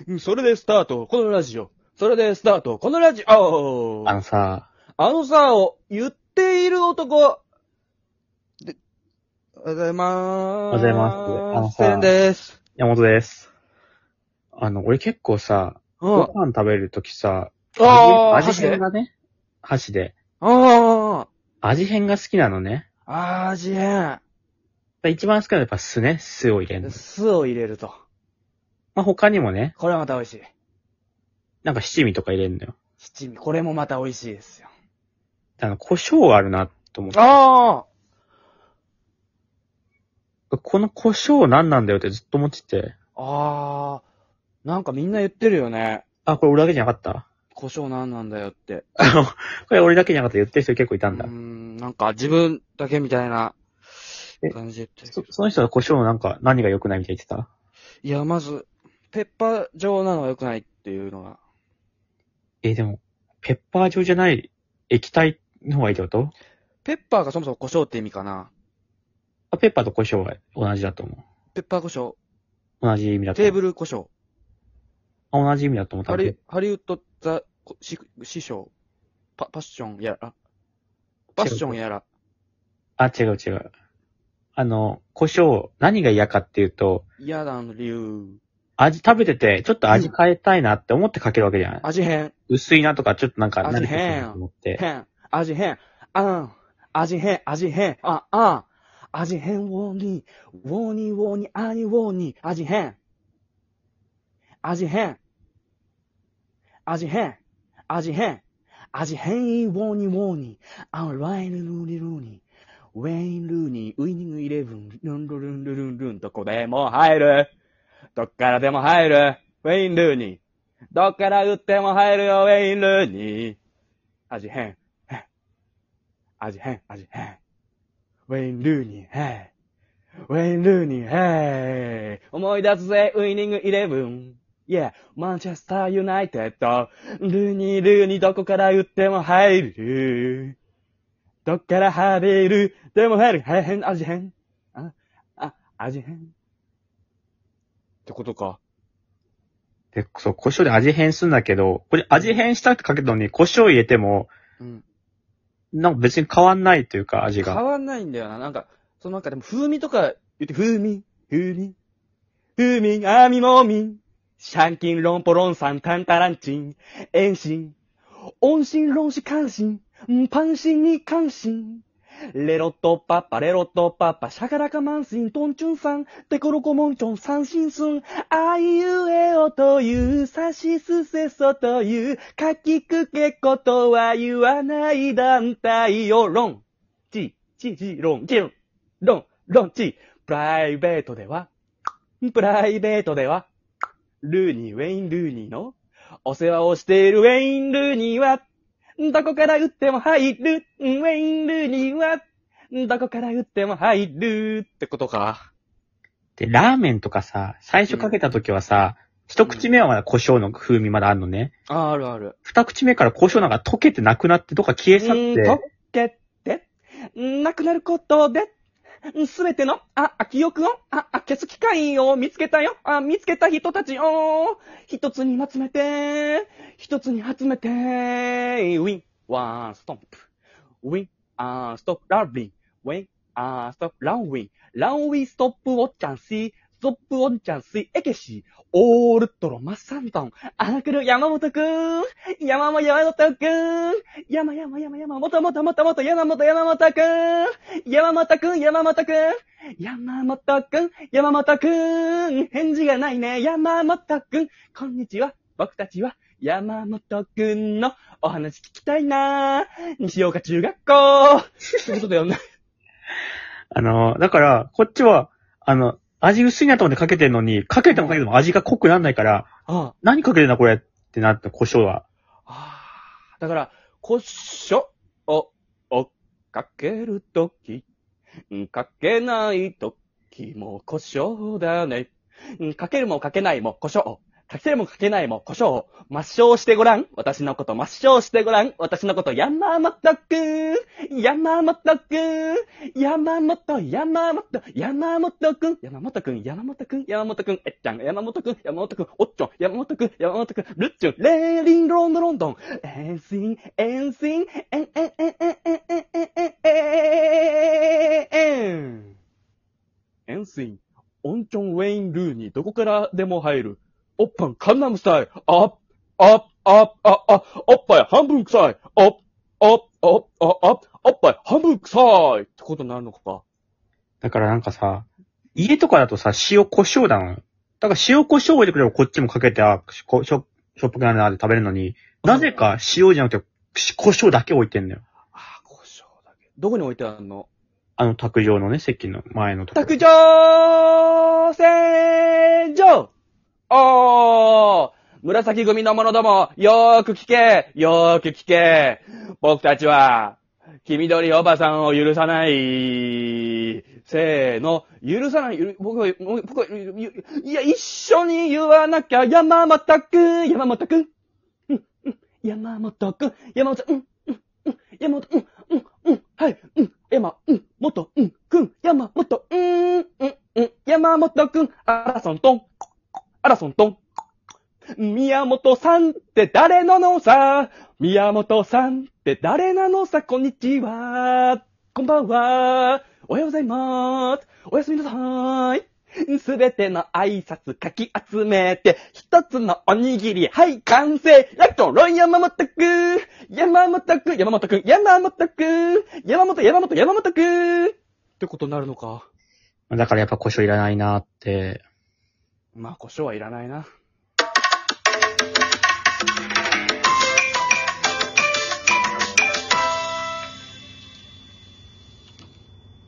それでスタート、このラジオ。それでスタート、このラジオ。 あのさ、 を言っている男。で、おはようございまーす。 おはようございます。 セレンです。 山本です。俺結構さ、ご飯食べるときさ、味変がね、箸で。味変が好きなのね。 味変。 一番好きなのはやっぱ酢ね。酢を入れるの。 酢を入れると。 まあ、他にもね、 これはまた美味しい。 なんか七味とか入れるのよ。 七味。これもまた美味しいですよ。 胡椒あるなと思って。この胡椒何なんだよってずっと思ってて。 なんかみんな言ってるよね。 これ俺だけじゃなかった？ 胡椒何なんだよって。 これ俺だけじゃなかった言ってる人結構いたんだ。 なんか自分だけみたいな感じで言ってる。 その人は胡椒の何が良くないみたいに言ってた？ いや、まず、ペッパー状なのが良くないっていうのが。 でも、ペッパー状じゃない液体の方がいいってこと？ ペッパーがそもそも胡椒って意味かな。 ペッパーと胡椒は同じだと思う。 ペッパー胡椒。 同じ意味だと思う。 テーブル胡椒。 同じ意味だと思った。 ハリウッド師匠。パッションやら。パッションやら。 違う。胡椒、何が嫌かっていうと、 嫌なの理由。 食べてて、ちょっと味変えたいなって思ってかけるわけじゃない？ 味変。 薄いなとか、ちょっとなんか、 味変。 と思って。 味変。味変。味変ウォーニー、アニウォーニー、味変。味変、ウォーニー、ライヌルーニー、ウェインルーニー、ウィニングイレブン、ルンルルンルルンルン、どこでも入る。どっからでも入る。ウェインルーニー。どっから打っても入るよ、ウェインルーニー。味変。ウェインルーニー、思い出すぜ、ウィニングイレブン。Yeah, マンチェスターユナイテッド。ルーニー、どこから打っても入る。どっから入る。でも入る。味変。味変。ってことか。 で、そう、胡椒で味変するんだけど、これ味変したってかけたのに胡椒入れても、なんか別に変わんないというか、味が。 変わんないんだよな。なんかでも風味とか言って、風味、あみもみん。シャンキンロンポロンサンタンタランチン。遠心。音心論子関心。パンシンに関心。レロットパッパ、シャカラカマンシン、トンチュンさん、テコロコモンチョン、三心スン、あいうえおという、さしすせそという、かきくけことは言わない団体よ、ロン、チ、ロン、プライベートでは、ルーニー、ウェイン・ルーニーの、お世話をしているウェイン・ルーニーは、どこから打っても入る。ウェイン・ルーニーは、どこから打っても入るってことか。 で、ラーメンとかさ、最初かけた時はさ、一口目はまだ胡椒の風味まだあるのね。 あるある。 二口目から胡椒なんか溶けてなくなってどっか消え去って。 溶けて、なくなることで、すべての、記憶を、消す機会を見つけたよ。見つけた人たちを、一つに集めて、ウィン、ワン、ストンプ。ウィン、ストップ、ランウィン。ウィン、ストップ、ランウィン。ランウィン、ストップ、ウォッチャンシー。ストップ、ウォッチャンシー、エケシー。オールトロマッサントン。来る山本くん。山本くん。山本くん。山本くん。返事がないね。山本くん。こんにちは。僕たちは山本くんのお話聞きたいな。西岡中学校。ってことだよね。 だから、こっちは、味薄いなと思ってかけてんのに、かけても味が濃くなんないから、何かけてんだこれってなった、胡椒は。 だから、胡椒をかけるとき、かけないときも胡椒だね。かけるもかけないも胡椒。 かけるもかけないも、胡椒、抹消してごらん。私のこと抹消してごらん。私のこと山本くん。山本くん。山本、山本、山本くん。山本くん、山本くん、山本くん。えっちゃん、山本くん、山本くん。おっちょん、山本くん、山本くん。ルッチュン、レーリンロンドロンドン。エンシン、エンシン、エン、エン、エン、エン、エン、エン、エン、エン、エン。エンシン、オンチョンウェインルーにどこからでも入る。おっぱんカンナムスタイル。アップ、アップ、アップ、アップ、おっぱい半分臭い。アップ、アップ、アップ、アップ、おっぱい半分臭いってことになるのか。 だからなんかさ、家とかだとさ、塩胡椒だの。だから塩胡椒置いてくればこっちもかけて、しょっぱくなるなって食べるのに、なぜか塩じゃなくて、胡椒だけ置いてんのよ。 胡椒だけ。どこに置いてあるの？ 卓上のね、席の前のところ。 卓上洗浄紫組の者ども、よーく聞けよーく聞け僕たちは、黄緑おばさんを許さない。せーの、許さない、僕は、いや、一緒に言わなきゃ、山本くん、山本くん。山本くん、山本、山本、はい、山本、くん、山本、山本くん、あらそんとん、あらそんとん。宮本さんって誰なのさ宮本さんって誰なのさこんにちはこんばんはおはようございますおやすみなさいすべての挨拶かき集めて、一つのおにぎり、はい、完成やっとろん山本くん山本くん山本くん山本くん山本山本山本くんってことになるのか。 だからやっぱ胡椒いらないなって。 まあ、胡椒はいらないな。